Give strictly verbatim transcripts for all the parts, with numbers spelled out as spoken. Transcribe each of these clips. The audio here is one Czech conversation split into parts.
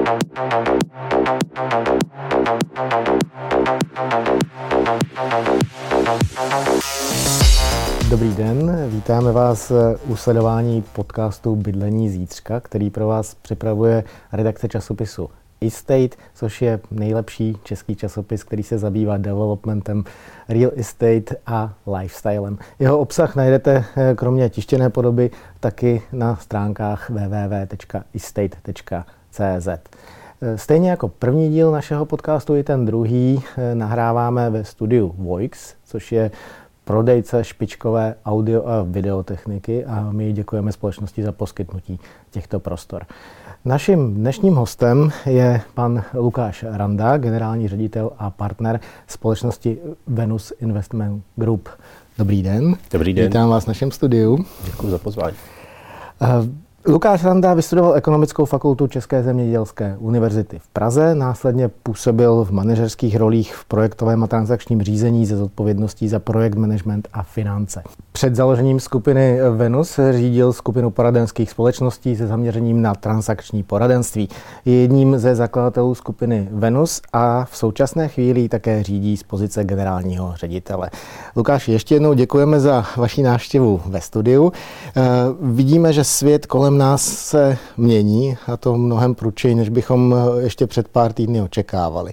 Dobrý den, vítáme vás u sledování podcastu Bydlení zítřka, který pro vás připravuje redakce časopisu Estate, což je nejlepší český časopis, který se zabývá developmentem, real estate a lifestylem. Jeho obsah najdete kromě tištěné podoby taky na stránkách w w w tečka estate tečka c z. Stejně jako první díl našeho podcastu i ten druhý nahráváme ve studiu Voix, což je prodejce špičkové audio a videotechniky, a my děkujeme společnosti za poskytnutí těchto prostor. Naším dnešním hostem je pan Lukáš Randa, generální ředitel a partner společnosti Venus Investment Group. Dobrý den. Dobrý den. Vítám vás v našem studiu. Děkuji za pozvání. Uh, Lukáš Randa vystudoval ekonomickou fakultu České zemědělské univerzity v Praze, následně působil v manažerských rolích v projektovém a transakčním řízení se zodpovědností za projekt management a finance. Před založením skupiny Venus řídil skupinu poradenských společností se zaměřením na transakční poradenství. Je jedním ze zakladatelů skupiny Venus a v současné chvíli také řídí z pozice generálního ředitele. Lukáš, ještě jednou děkujeme za vaši návštěvu ve studiu. Vidíme, že svět kolem nás se mění, a to mnohem prudčeji, než bychom ještě před pár týdny očekávali.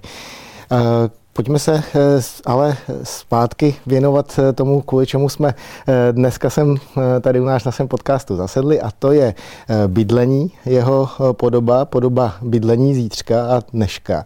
Pojďme se ale zpátky věnovat tomu, kvůli čemu jsme dneska sem tady u nás na svém podcastu zasedli, a to je bydlení, jeho podoba, podoba bydlení zítřka a dneška.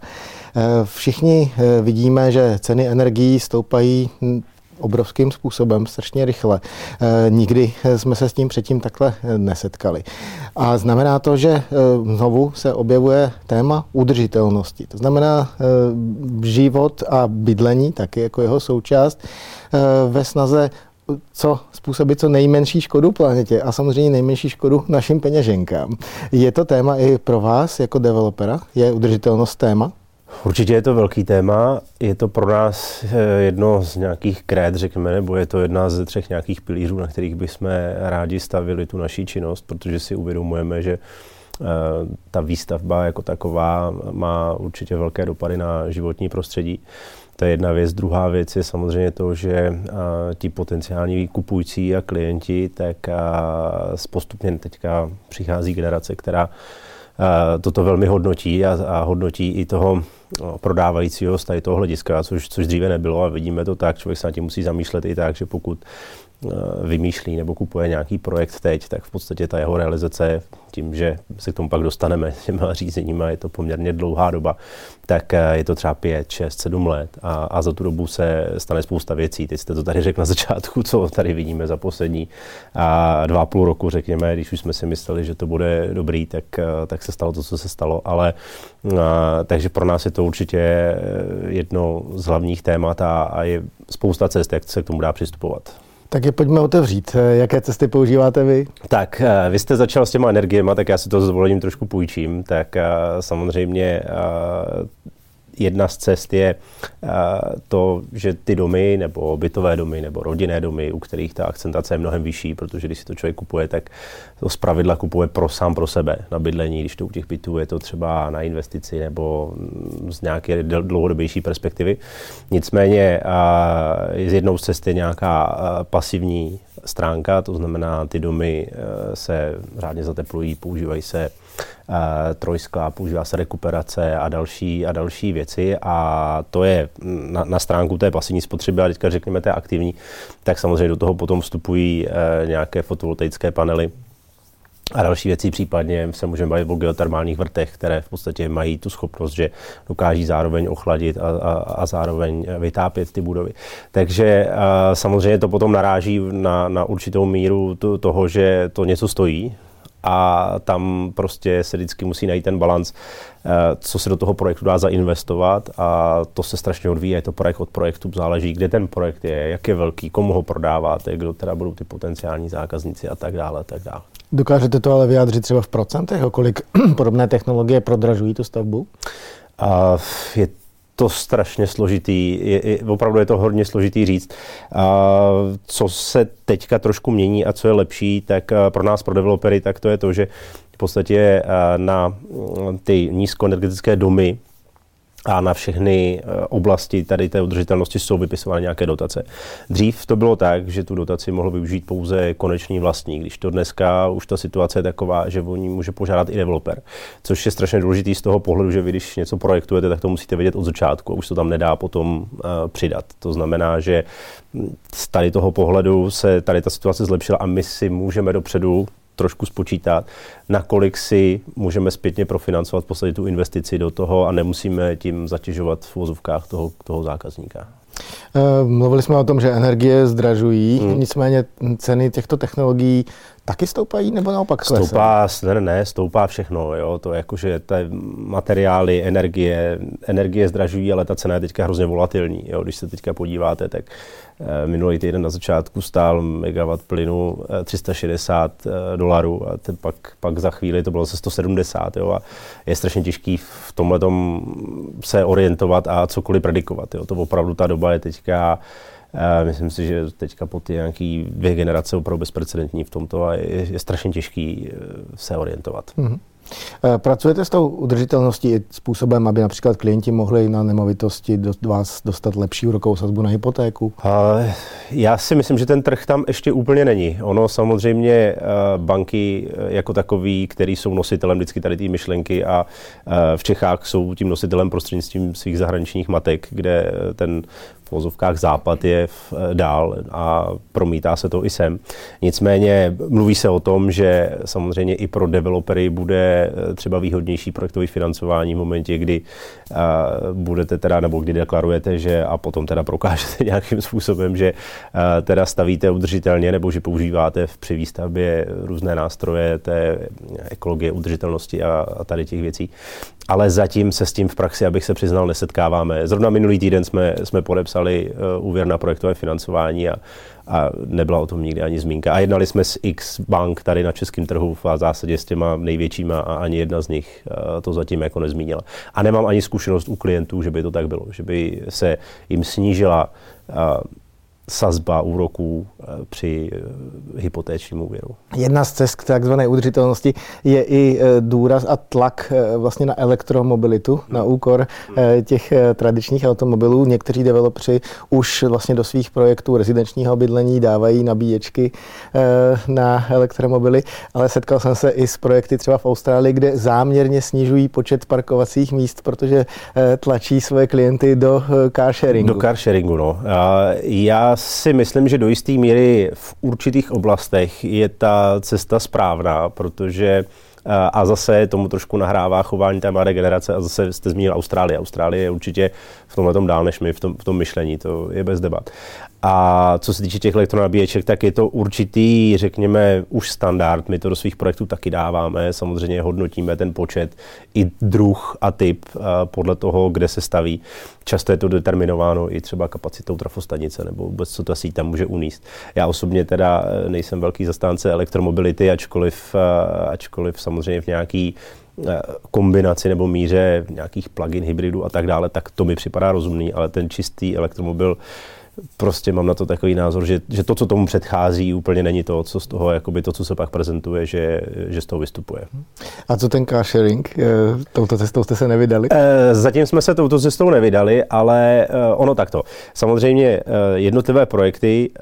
Všichni vidíme, že ceny energií stoupají obrovským způsobem, strašně rychle. E, nikdy jsme se s tím předtím takhle nesetkali. A znamená to, že e, znovu se objevuje téma udržitelnosti. To znamená e, život a bydlení, taky jako jeho součást, e, ve snaze co způsobit co nejmenší škodu planetě a samozřejmě nejmenší škodu našim peněženkám. Je to téma i pro vás jako developera? Je udržitelnost téma? Určitě je to velký téma, je to pro nás jedno z nějakých krét, řekněme, nebo je to jedna ze třech nějakých pilířů, na kterých bychom rádi stavili tu naší činnost, protože si uvědomujeme, že ta výstavba jako taková má určitě velké dopady na životní prostředí. To je jedna věc. Druhá věc je samozřejmě to, že ti potenciální kupující a klienti, tak postupně teďka přichází generace, která toto velmi hodnotí a, a hodnotí i toho prodávajícího z tady toho hlediska, což, což dříve nebylo, a vidíme to tak, člověk se na tím musí zamýšlet i tak, že pokud vymýšlí nebo kupuje nějaký projekt teď, tak v podstatě ta jeho realizace, tím, že se k tomu pak dostaneme těma řízeníma, je to poměrně dlouhá doba, tak je to třeba pět, šest, sedm let a, a za tu dobu se stane spousta věcí. Teď jste to tady řekl na začátku, co tady vidíme za poslední a dva a půl roku, řekněme, když už jsme si mysleli, že to bude dobrý, tak, tak se stalo to, co se stalo, ale a, takže pro nás je to určitě jedno z hlavních témat a, a je spousta cest, jak se k tomu dá přistupovat. Tak je pojďme otevřít. Jaké cesty používáte vy? Tak, vy jste začal s těma energiema, tak já si to s dovolením trošku půjčím. Tak samozřejmě jedna z cest je to, že ty domy nebo bytové domy nebo rodinné domy, u kterých ta akcentace je mnohem vyšší, protože když si to člověk kupuje, tak to zpravidla kupuje pro sám pro sebe na bydlení, když to u těch bytů je to třeba na investici nebo z nějaké dlouhodobější perspektivy. Nicméně z jednou z cest je nějaká pasivní stránka, to znamená, ty domy se řádně zateplují, používají se trojskla, používá se rekuperace a další, a další věci, a to je na, na stránku té pasivní spotřeby, a teďka řekněme té aktivní, tak samozřejmě do toho potom vstupují e, nějaké fotovoltaické panely a další věci, případně se můžeme bavit o geotermálních vrtech, které v podstatě mají tu schopnost, že dokáží zároveň ochladit a, a, a zároveň vytápět ty budovy. Takže a, samozřejmě to potom naráží na, na určitou míru to, toho, že to něco stojí, a tam prostě se vždycky musí najít ten balanc, co se do toho projektu dá zainvestovat, a to se strašně odvíjí, je to projekt od projektu, záleží, kde ten projekt je, jak je velký, komu ho prodáváte, kdo teda budou ty potenciální zákazníci a tak dále, tak dále. Dokážete to ale vyjádřit třeba v procentech, o kolik podobné technologie prodražují tu stavbu? A je to strašně složitý, je, je, opravdu je to hodně složitý říct. A co se teďka trošku mění a co je lepší, tak pro nás, pro developery, tak to je to, že v podstatě na ty nízkoenergetické domy a na všechny oblasti tady té udržitelnosti jsou vypisovány nějaké dotace. Dřív to bylo tak, že tu dotaci mohl využít pouze konečný vlastník, když to dneska už ta situace je taková, že o ní může požádat i developer, což je strašně důležitý z toho pohledu, že vy, když něco projektujete, tak to musíte vědět od začátku a už to tam nedá potom uh, přidat. To znamená, že z tady toho pohledu se tady ta situace zlepšila a my si můžeme dopředu trošku spočítat, nakolik si můžeme zpětně profinancovat v podstatě tu investici do toho a nemusíme tím zatěžovat v uvozovkách toho, toho zákazníka. Mluvili jsme o tom, že energie zdražují, hmm. nicméně ceny těchto technologií taky stoupají nebo naopak klesají? Stoupá, ne, ne, stoupá všechno, jo, to jakože ty materiály, energie, energie zdražují, ale ta cena je teďka hrozně volatilní, jo, když se teďka podíváte, tak eh, minulý týden na začátku stál megawatt plynu eh, tři sta šedesát eh, dolarů a ten pak, pak za chvíli to bylo ze sto sedmdesát, jo, a je strašně těžký v tomhletom se orientovat a cokoliv predikovat, jo, to opravdu ta doba je teďka. Uh, myslím si, že teďka po ty nějaký dvě generace opravdu bezprecedentní v tomto a je, je strašně těžký uh, se orientovat. Mm-hmm. Pracujete s tou udržitelností i způsobem, aby například klienti mohli na nemovitosti do vás dostat lepší úrokovou sazbu na hypotéku? Uh, já si myslím, že ten trh tam ještě úplně není. Ono samozřejmě uh, banky jako takový, který jsou nositelem vždycky tady té myšlenky a uh, v Čechách jsou tím nositelem prostřednictvím svých zahraničních matek, kde ten v uvozovkách západ je v, dál a promítá se to i sem. Nicméně mluví se o tom, že samozřejmě i pro developery bude třeba výhodnější projektové financování v momentě, kdy uh, budete teda, nebo kdy deklarujete, že a potom teda prokážete nějakým způsobem, že uh, teda stavíte udržitelně nebo že používáte v při výstavbě různé nástroje té ekologie, udržitelnosti a, a tady těch věcí. Ale zatím se s tím v praxi, abych se přiznal, nesetkáváme. Zrovna minulý týden jsme, jsme podepsali uh, úvěr na projektové financování a, a nebyla o tom nikdy ani zmínka. A jednali jsme s X bank tady na českém trhu v zásadě s těma největšíma a ani jedna z nich uh, to zatím jako nezmínila. A nemám ani zkušenost u klientů, že by to tak bylo, že by se jim snížila uh, sazba úroků při hypotéčním úvěru. Jedna z cest k takzvané udržitelnosti je i důraz a tlak vlastně na elektromobilitu, hmm. na úkor těch tradičních automobilů. Někteří developři už vlastně do svých projektů rezidenčního bydlení dávají nabíječky na elektromobily, ale setkal jsem se i s projekty třeba v Austrálii, kde záměrně snižují počet parkovacích míst, protože tlačí svoje klienty do car sharingu. Do car sharingu, no. Já si myslím, že do jisté míry v určitých oblastech je ta cesta správná, protože a zase tomu trošku nahrává chování té mladé generace a zase jste zmínil Austrálii. Austrálie je určitě v tomhletom dál než my v tom, v tom myšlení, to je bez debat. A co se týče těch elektronabíječek, tak je to určitý, řekněme, už standard. My to do svých projektů taky dáváme. Samozřejmě hodnotíme ten počet i druh a typ podle toho, kde se staví. Často je to determinováno i třeba kapacitou trafostanice nebo vůbec, co ta síť tam může unést. Já osobně teda nejsem velký zastánce elektromobility, ačkoliv, ačkoliv samozřejmě v nějaký kombinaci nebo míře nějakých plug-in hybridů a tak dále, tak to mi připadá rozumný, ale ten čistý elektromobil prostě mám na to takový názor, že, že to, co tomu předchází, úplně není to, co z toho, jakoby to, co se pak prezentuje, že, že z toho vystupuje. A co ten car sharing? Touto cestou jste se nevydali? Zatím jsme se touto cestou nevydali, ale ono takto. Samozřejmě jednotlivé projekty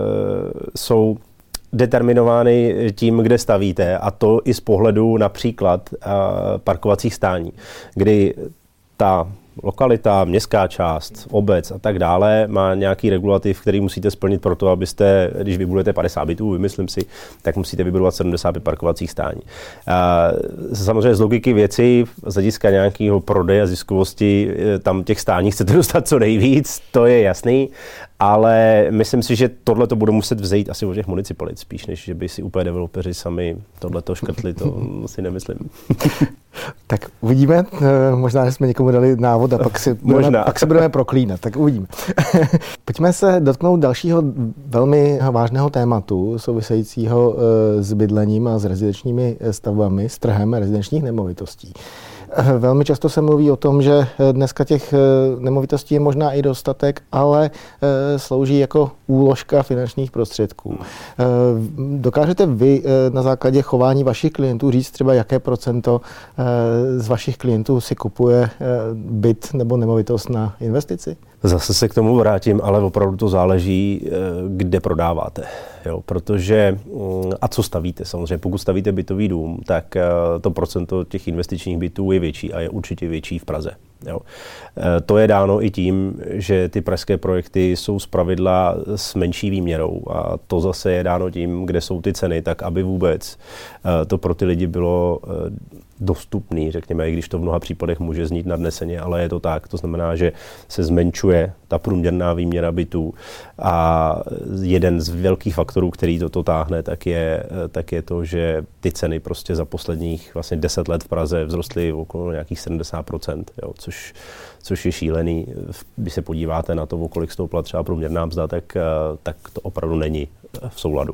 jsou determinovány tím, kde stavíte, a to i z pohledu například parkovacích stání, kdy ta lokalita, městská část, obec a tak dále má nějaký regulativ, který musíte splnit pro to, abyste, když vybudujete padesát bytů, vymyslím si, tak musíte vybudovat sedmdesát pět parkovacích stání. A samozřejmě z logiky věci, z hlediska nějakého prodeje a ziskovosti, tam těch stání chcete dostat co nejvíc, to je jasný, ale myslím si, že tohle to bude muset vzejít asi od těch municipalit spíš, než že by si úplně developeři sami tohleto škrtli, to si nemyslím. Tak uvidíme, možná, že jsme někomu dali návod a pak, si budeme, pak se budeme proklínat, tak uvidíme. Pojďme se dotknout dalšího velmi vážného tématu, souvisejícího s bydlením a s rezidenčními stavbami, s trhem rezidenčních nemovitostí. Velmi často se mluví o tom, že dneska těch nemovitostí je možná i dostatek, ale slouží jako úložka finančních prostředků. Dokážete vy na základě chování vašich klientů říct třeba, jaké procento z vašich klientů si kupuje byt nebo nemovitost na investici? Zase se k tomu vrátím, ale opravdu to záleží, kde prodáváte. Jo, protože, a co stavíte samozřejmě, pokud stavíte bytový dům, tak to procento těch investičních bytů je větší a je určitě větší v Praze. Jo. To je dáno i tím, že ty pražské projekty jsou zpravidla s menší výměrou a to zase je dáno tím, kde jsou ty ceny, tak aby vůbec to pro ty lidi bylo dostupný, řekněme, i když to v mnoha případech může znít nadneseně, ale je to tak. To znamená, že se zmenšuje ta průměrná výměra bytů a jeden z velkých faktorů, který toto táhne, tak je, tak je to, že ty ceny prostě za posledních vlastně deset let v Praze vzrostly okolo nějakých sedmdesát procent, jo, což, což je šílený. Když se podíváte na to, o kolik stoupla třeba průměrná mzda, tak, tak to opravdu není v souladu.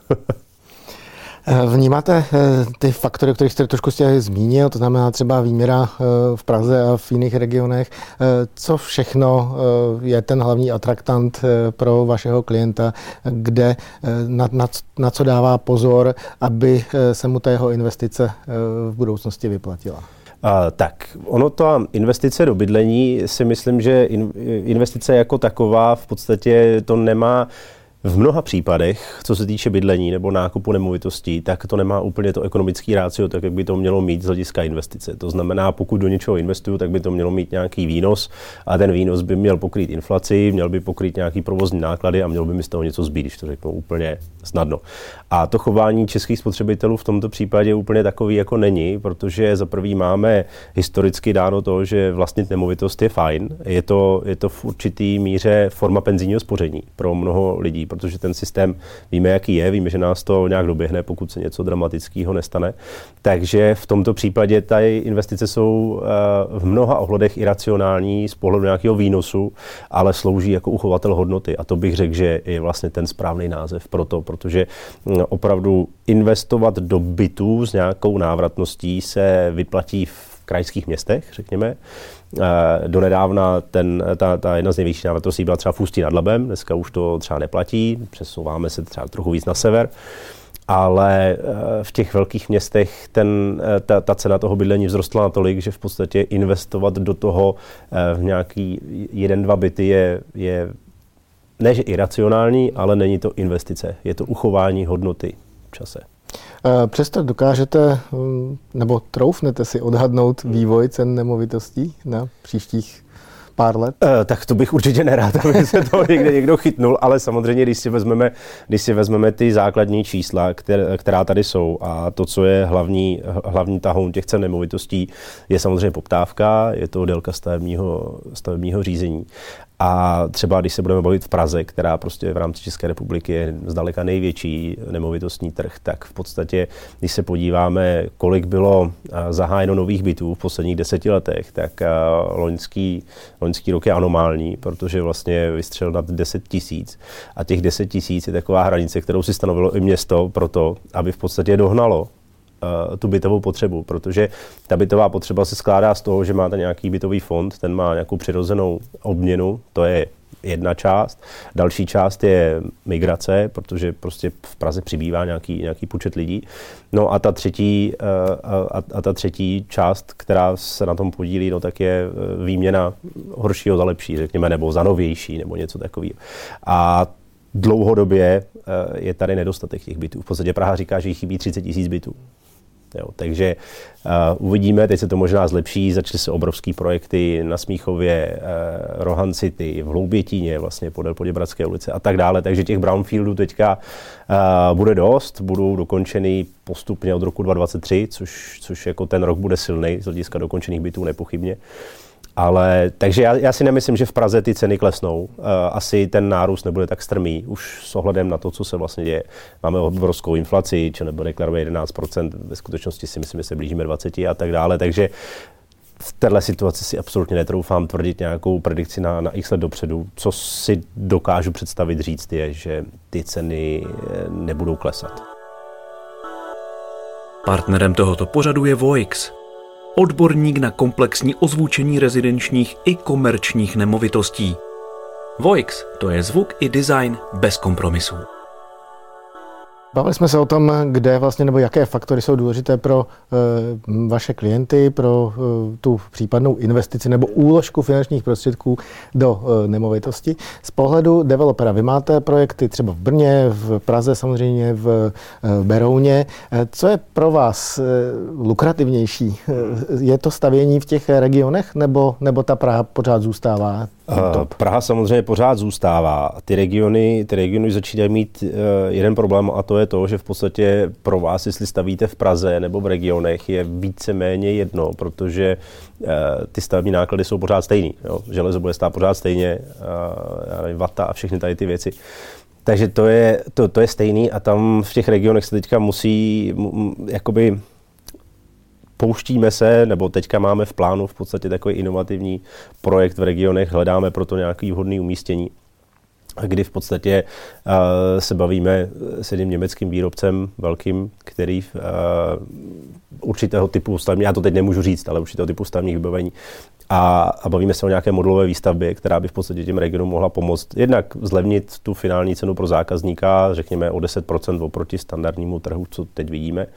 Vnímáte ty faktory, o kterých jste trošku zmínil, to znamená třeba výměra v Praze a v jiných regionech. Co všechno je ten hlavní atraktant pro vašeho klienta, kde, na, na, na co dává pozor, aby se mu ta jeho investice v budoucnosti vyplatila? A, tak, ono ta investice do bydlení, si myslím, že in, investice jako taková v podstatě to nemá v mnoha případech, co se týče bydlení nebo nákupu nemovitostí, tak to nemá úplně to ekonomický rácio, tak jak by to mělo mít z hlediska investice. To znamená, pokud do něčeho investuju, tak by to mělo mít nějaký výnos a ten výnos by měl pokrýt inflaci, měl by pokrýt nějaký provozní náklady a měl by mi z toho něco zbýt, když to řeknu úplně snadno. A to chování českých spotřebitelů v tomto případě úplně takový jako není, protože za prvý máme historicky dáno to, že vlastnit nemovitost je fajn. Je to, je to v určitý míře forma penzijního spoření pro mnoho lidí, protože ten systém víme, jaký je, víme, že nás to nějak doběhne, pokud se něco dramatického nestane. Takže v tomto případě ty investice jsou v mnoha ohledech iracionální z pohledu nějakého výnosu, ale slouží jako uchovatel hodnoty. A to bych řekl, že je vlastně ten správný název pro to, protože opravdu investovat do bytů s nějakou návratností se vyplatí v krajských městech, řekněme. Donedávna ten, ta, ta jedna z největších návratností byla třeba v Ústí nad Labem, dneska už to třeba neplatí, přesouváme se třeba trochu víc na sever, ale v těch velkých městech ten, ta, ta cena toho bydlení vzrostla natolik, že v podstatě investovat do toho v nějaký jeden, dva byty je, je ne, že iracionální, ale není to investice, je to uchování hodnoty v čase. Přesto dokážete, nebo troufnete si odhadnout vývoj cen nemovitostí na příštích pár let? E, tak to bych určitě nerád, aby se to někde někdo chytnul, ale samozřejmě, když si vezmeme, když si vezmeme ty základní čísla, které, která tady jsou a to, co je hlavní, hlavní tahoun těch cen nemovitostí, je samozřejmě poptávka, je to délka stavebního, stavebního řízení. A třeba když se budeme bavit v Praze, která prostě v rámci České republiky je zdaleka největší nemovitostní trh, tak v podstatě, když se podíváme, kolik bylo zahájeno nových bytů v posledních deseti letech, tak loňský, loňský rok je anomální, protože vlastně vystřelil nad deset tisíc. A těch deset tisíc je taková hranice, kterou si stanovilo i město proto, aby v podstatě dohnalo tu bytovou potřebu, protože ta bytová potřeba se skládá z toho, že máte nějaký bytový fond, ten má nějakou přirozenou obměnu, to je jedna část. Další část je migrace, protože prostě v Praze přibývá nějaký, nějaký počet lidí. No a ta třetí, a, a ta třetí část, která se na tom podílí, no tak je výměna horšího za lepší, řekněme, nebo za novější, nebo něco takového. A dlouhodobě je tady nedostatek těch bytů. V podstatě Praha říká, že jí chybí třicet tisíc bytů. Jo, takže uh, uvidíme, teď se to možná zlepší, začaly se obrovský projekty na Smíchově, uh, Rohan City, v Hloubětíně, vlastně podél Poděbradské ulice a tak dále, takže těch brownfieldů teďka uh, bude dost, budou dokončeny postupně od roku dva tisíce dvacet tři, což, což jako ten rok bude silný z hlediska dokončených bytů nepochybně. Ale, takže já, já si nemyslím, že v Praze ty ceny klesnou. Uh, asi ten nárůst nebude tak strmý, už s ohledem na to, co se vlastně děje. Máme obrovskou inflaci, či nebo deklaruje jedenáct procent, ve skutečnosti si myslím, že se blížíme dvacet a tak dále, takže v této situaci si absolutně netroufám tvrdit nějakou predikci na, na x let dopředu. Co si dokážu představit říct je, že ty ceny nebudou klesat. Partnerem tohoto pořadu je Voix. odborník na komplexní ozvučení rezidenčních i komerčních nemovitostí. Voix, to je zvuk i design bez kompromisů. Bavili jsme se o tom, kde vlastně nebo jaké faktory jsou důležité pro e, vaše klienty, pro e, tu případnou investici nebo úložku finančních prostředků do e, nemovitosti. Z pohledu developera, vy máte projekty třeba v Brně, v Praze, samozřejmě v e, Berouně. E, co je pro vás e, lukrativnější? E, je to stavění v těch regionech nebo, nebo ta Praha pořád zůstává? Top? Praha samozřejmě pořád zůstává. Ty regiony, ty regiony začínají mít uh, jeden problém, a to je to, že v podstatě pro vás, jestli stavíte v Praze nebo v regionech, je víceméně jedno, protože uh, ty stavební náklady jsou pořád stejný. Jo? Železo bude stát pořád stejně, uh, já nevím, vata a všechny tady ty věci. Takže to je, to, to je stejný a tam v těch regionech se teďka musí m, jakoby pouštíme se, nebo teďka máme v plánu v podstatě takový inovativní projekt v regionech, hledáme proto nějaký vhodný umístění, kdy v podstatě uh, se bavíme s jedním německým výrobcem velkým, který uh, určitého typu stavební, já to teď nemůžu říct, ale určitého typu stavebních vybavení a, a bavíme se o nějaké modulové výstavbě, která by v podstatě těm regionům mohla pomoct jednak zlevnit tu finální cenu pro zákazníka, řekněme o deset procent oproti standardnímu trhu, co teď vidíme.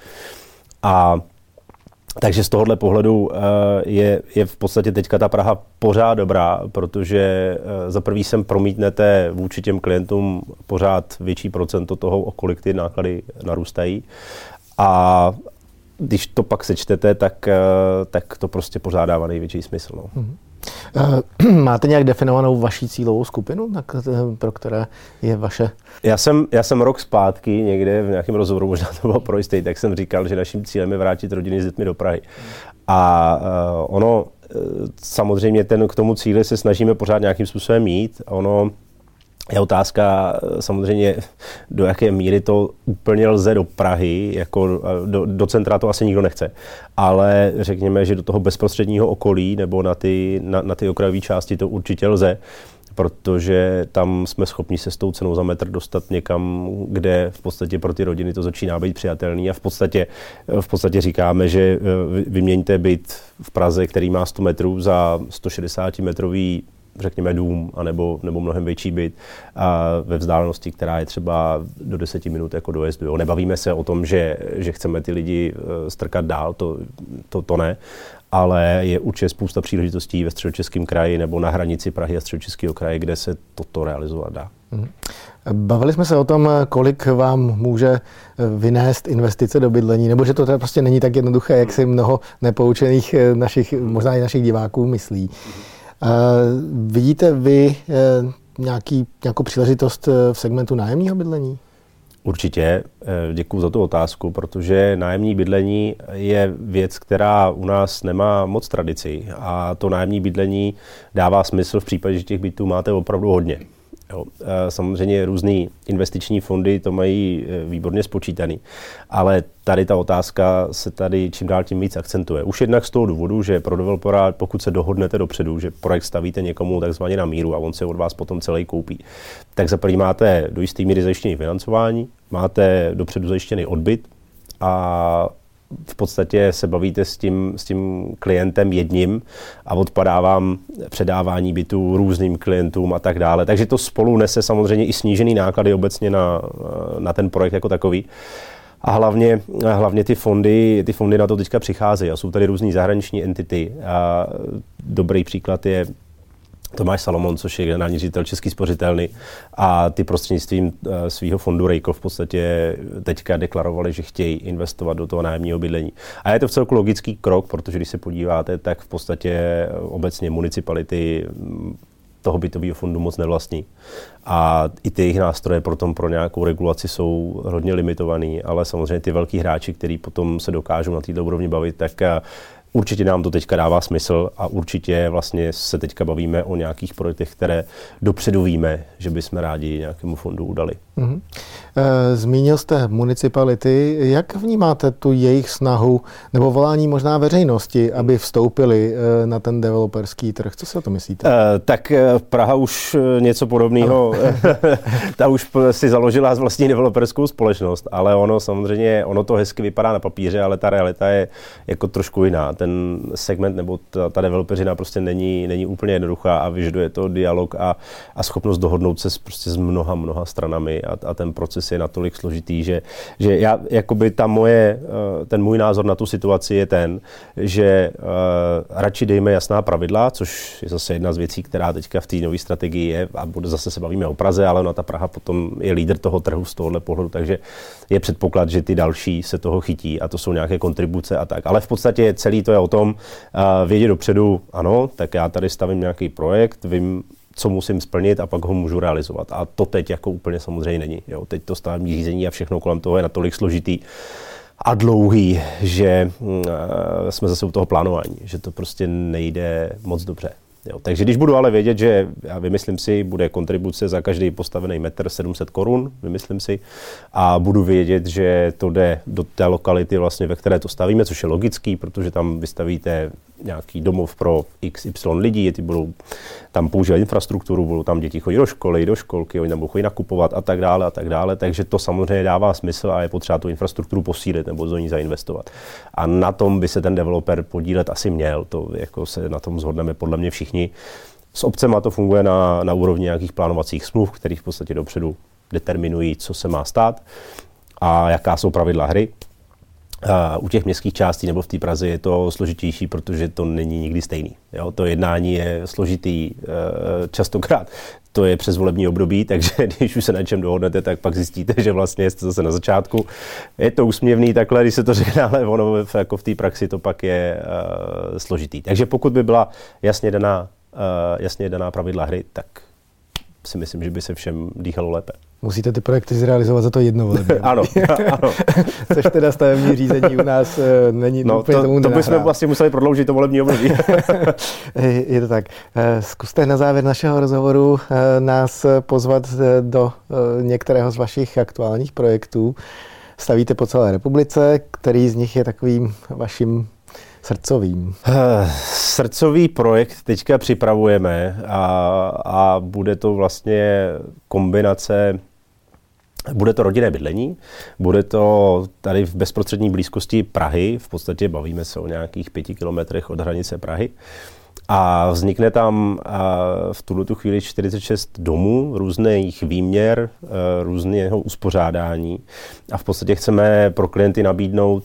A takže z tohohle pohledu uh, je, je v podstatě teďka ta Praha pořád dobrá, protože uh, za prvý sem promítnete vůči těm klientům pořád větší procento toho, o kolik ty náklady narůstají. A když to pak sečtete, tak, uh, tak to prostě pořád dává největší smysl. No. Mm-hmm. Máte nějak definovanou vaši cílovou skupinu, pro které je vaše? Já jsem, já jsem rok zpátky někde v nějakém rozhovoru, možná to bylo pro jistý, tak jsem říkal, že naším cílem je vrátit rodiny s dětmi do Prahy. A uh, ono, samozřejmě ten, k tomu cíli se snažíme pořád nějakým způsobem mít. Ono je otázka samozřejmě, do jaké míry to úplně lze do Prahy, jako do, do centra to asi nikdo nechce, ale řekněme, že do toho bezprostředního okolí nebo na ty, na, na ty okrajové části to určitě lze, protože tam jsme schopni se s tou cenou za metr dostat někam, kde v podstatě pro ty rodiny to začíná být přijatelný a v podstatě, v podstatě říkáme, že vyměňte byt v Praze, který má sto metrů za sto šedesát metrový řekněme dům, anebo, nebo mnohem větší byt a ve vzdálenosti, která je třeba do deseti minut jako dojezdu. Jo. Nebavíme se o tom, že, že chceme ty lidi strkat dál, to, to, to ne, ale je určitě spousta příležitostí ve Středočeském kraji nebo na hranici Prahy a Středočeského kraje, kde se toto realizovat dá. Bavili jsme se o tom, kolik vám může vynést investice do bydlení, nebo že to teda prostě není tak jednoduché, jak si mnoho nepoučených našich, možná i našich diváků myslí. Uh, vidíte vy uh, nějaký, nějakou příležitost v segmentu nájemního bydlení? Určitě, děkuji za tu otázku, protože nájemní bydlení je věc, která u nás nemá moc tradici a to nájemní bydlení dává smysl v případě, že těch bytů máte opravdu hodně. Jo. Samozřejmě různý investiční fondy to mají výborně spočítaný, ale tady ta otázka se tady čím dál tím víc akcentuje. Už jednak z toho důvodu, že pro developera, pokud se dohodnete dopředu, že projekt stavíte někomu takzvaně na míru a on se od vás potom celý koupí, tak za první máte do jisté míry zajištěný financování, máte dopředu zajištěný odbyt a v podstatě se bavíte s tím, s tím klientem jedním a odpadá vám předávání bytů různým klientům a tak dále. Takže to spolu nese samozřejmě i snížený náklady obecně na, na ten projekt jako takový. A hlavně, hlavně ty fondy, ty fondy na to teďka přicházejí a jsou tady různý zahraniční entity. A dobrý příklad je Tomáš Salomon, což je generální ředitel Český spořitelny a ty prostřednictvím svého fondu Rejko v podstatě teďka deklarovali, že chtějí investovat do toho nájemního bydlení. A je to vcelku logický krok, protože když se podíváte, tak v podstatě obecně municipality toho bytového fondu moc nevlastní. A i ty jejich nástroje potom pro nějakou regulaci jsou hodně limitovaný, ale samozřejmě ty velký hráči, kteří potom se dokážou na této úrovni bavit, tak určitě nám to teďka dává smysl a určitě vlastně se teďka bavíme o nějakých projektech, které dopředu víme, že bychom rádi nějakému fondu udali. Mm-hmm. Zmínil jste municipality. Jak vnímáte tu jejich snahu nebo volání možná veřejnosti, aby vstoupili na ten developerský trh? Co si o to myslíte? Tak Praha už něco podobného, ta už si založila vlastní developerskou společnost, ale ono samozřejmě, ono to hezky vypadá na papíře, ale ta realita je jako trošku jiná. ten segment nebo ta, ta developeřina prostě není, není úplně jednoduchá a vyžaduje to dialog a, a schopnost dohodnout se s, prostě s mnoha, mnoha stranami a, a ten proces je natolik složitý, že, že já, jakoby ta moje, ten můj názor na tu situaci je ten, že uh, radši dejme jasná pravidla, což je zase jedna z věcí, která teďka v té nové strategii je a bude zase se bavíme o Praze, ale ona ta Praha potom je lídr toho trhu z tohohle pohledu, takže je předpoklad, že ty další se toho chytí a to jsou nějaké kontribuce a tak. Ale v podstatě celý to je o tom uh, vědět dopředu, ano, tak já tady stavím nějaký projekt, vím, co musím splnit a pak ho můžu realizovat. A to teď jako úplně samozřejmě není. Jo. Teď to stavební řízení a všechno kolem toho je natolik složitý a dlouhý, že uh, jsme zase u toho plánování, že to prostě nejde moc dobře. Jo, takže když budu ale vědět, že já vymyslím si, bude kontribuce za každý postavený metr sedm set korun, vymyslím si, a budu vědět, že to jde do té lokality, vlastně, ve které to stavíme, což je logický, protože tam vystavíte nějaký domov pro iks ypsilon lidí, ty budou tam používat infrastrukturu, budou tam děti chodit do školy, do školky, oni tam budou chodit nakupovat a tak dále a tak dále, takže to samozřejmě dává smysl a je potřeba tu infrastrukturu posílit nebo do ní zainvestovat. A na tom by se ten developer podílet asi měl, to jako se na tom shodneme podle mě všichni. S obcema to funguje na, na úrovni nějakých plánovacích smluv, které v podstatě dopředu determinují, co se má stát a jaká jsou pravidla hry. A u těch městských částí nebo v té Praze je to složitější, protože to není nikdy stejný. Jo? To jednání je složitý častokrát. To je přes volební období, takže když už se na čem dohodnete, tak pak zjistíte, že vlastně jste zase na začátku. Je to úsměvný takhle, když se to řekne, ale ono jako v té praxi to pak je uh, složitý. Takže pokud by byla jasně daná, uh, jasně daná pravidla hry, tak si myslím, že by se všem dýchalo lépe. Musíte ty projekty zrealizovat za to jedno volební. Ano, ano. Což teda stavební řízení u nás uh, není no, úplně to, tomu to bychom vlastně museli prodloužit to volební období. Je to tak. Zkuste na závěr našeho rozhovoru nás pozvat do některého z vašich aktuálních projektů. Stavíte po celé republice, který z nich je takovým vaším srdcovým? Srdcový projekt teďka připravujeme a, a bude to vlastně kombinace. Bude to rodinné bydlení, bude to tady v bezprostřední blízkosti Prahy, v podstatě bavíme se o nějakých pěti kilometrech od hranice Prahy. A vznikne tam v tuto chvíli čtyřicet šest domů, různých výměr, různého uspořádání. A v podstatě chceme pro klienty nabídnout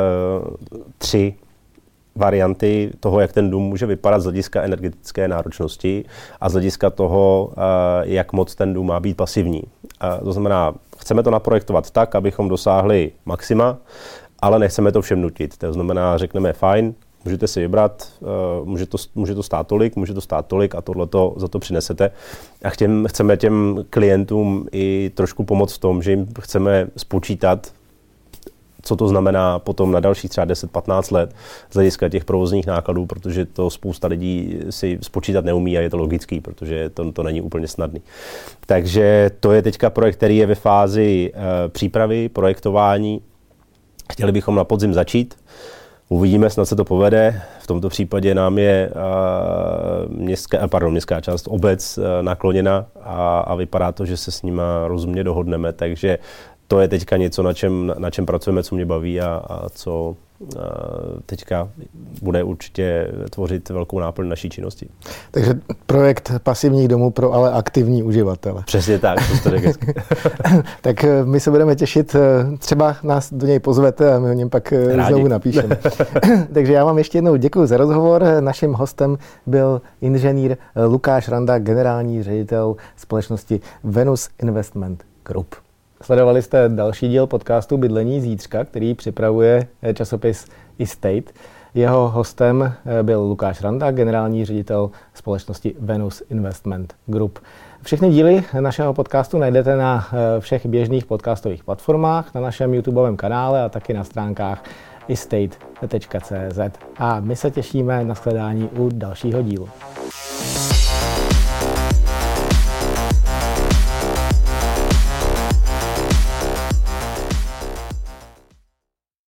tři varianty toho, jak ten dům může vypadat z hlediska energetické náročnosti a z hlediska toho, jak moc ten dům má být pasivní. To znamená, chceme to naprojektovat tak, abychom dosáhli maxima, ale nechceme to všem nutit. To znamená, řekneme fajn, můžete si vybrat, může to, může to stát tolik, může to stát tolik a tohleto za to přinesete. A chtěm, chceme těm klientům i trošku pomoct v tom, že jim chceme spočítat, co to znamená potom na dalších třeba deset patnáct let z hlediska těch provozních nákladů, protože to spousta lidí si spočítat neumí a je to logický, protože to, to není úplně snadný. Takže to je teďka projekt, který je ve fázi e, přípravy, projektování. Chtěli bychom na podzim začít. Uvidíme, snad se to povede. V tomto případě nám je uh, městská, pardon, městská část, obec uh, nakloněna a, a vypadá to, že se s nima rozumně dohodneme, takže to je teďka něco, na čem, na čem pracujeme, co mě baví a, a co uh, teďka bude určitě tvořit velkou náplň naší činnosti. Takže projekt pasivních domů pro ale aktivní uživatele. Přesně tak, to jste řekl. Tak my se budeme těšit, třeba nás do něj pozvete a my o něm pak Rádi. Znovu napíšeme. Takže já vám ještě jednou děkuji za rozhovor. Naším hostem byl inženýr Lukáš Randa, generální ředitel společnosti Venus Investment Group. Sledovali jste další díl podcastu Bydlení zítřka, který připravuje časopis eState. Jeho hostem byl Lukáš Randa, generální ředitel společnosti Venus Investment Group. Všechny díly našeho podcastu najdete na všech běžných podcastových platformách, na našem YouTubeovém kanále a taky na stránkách estate tečka cé zet. A my se těšíme na shledání u dalšího dílu.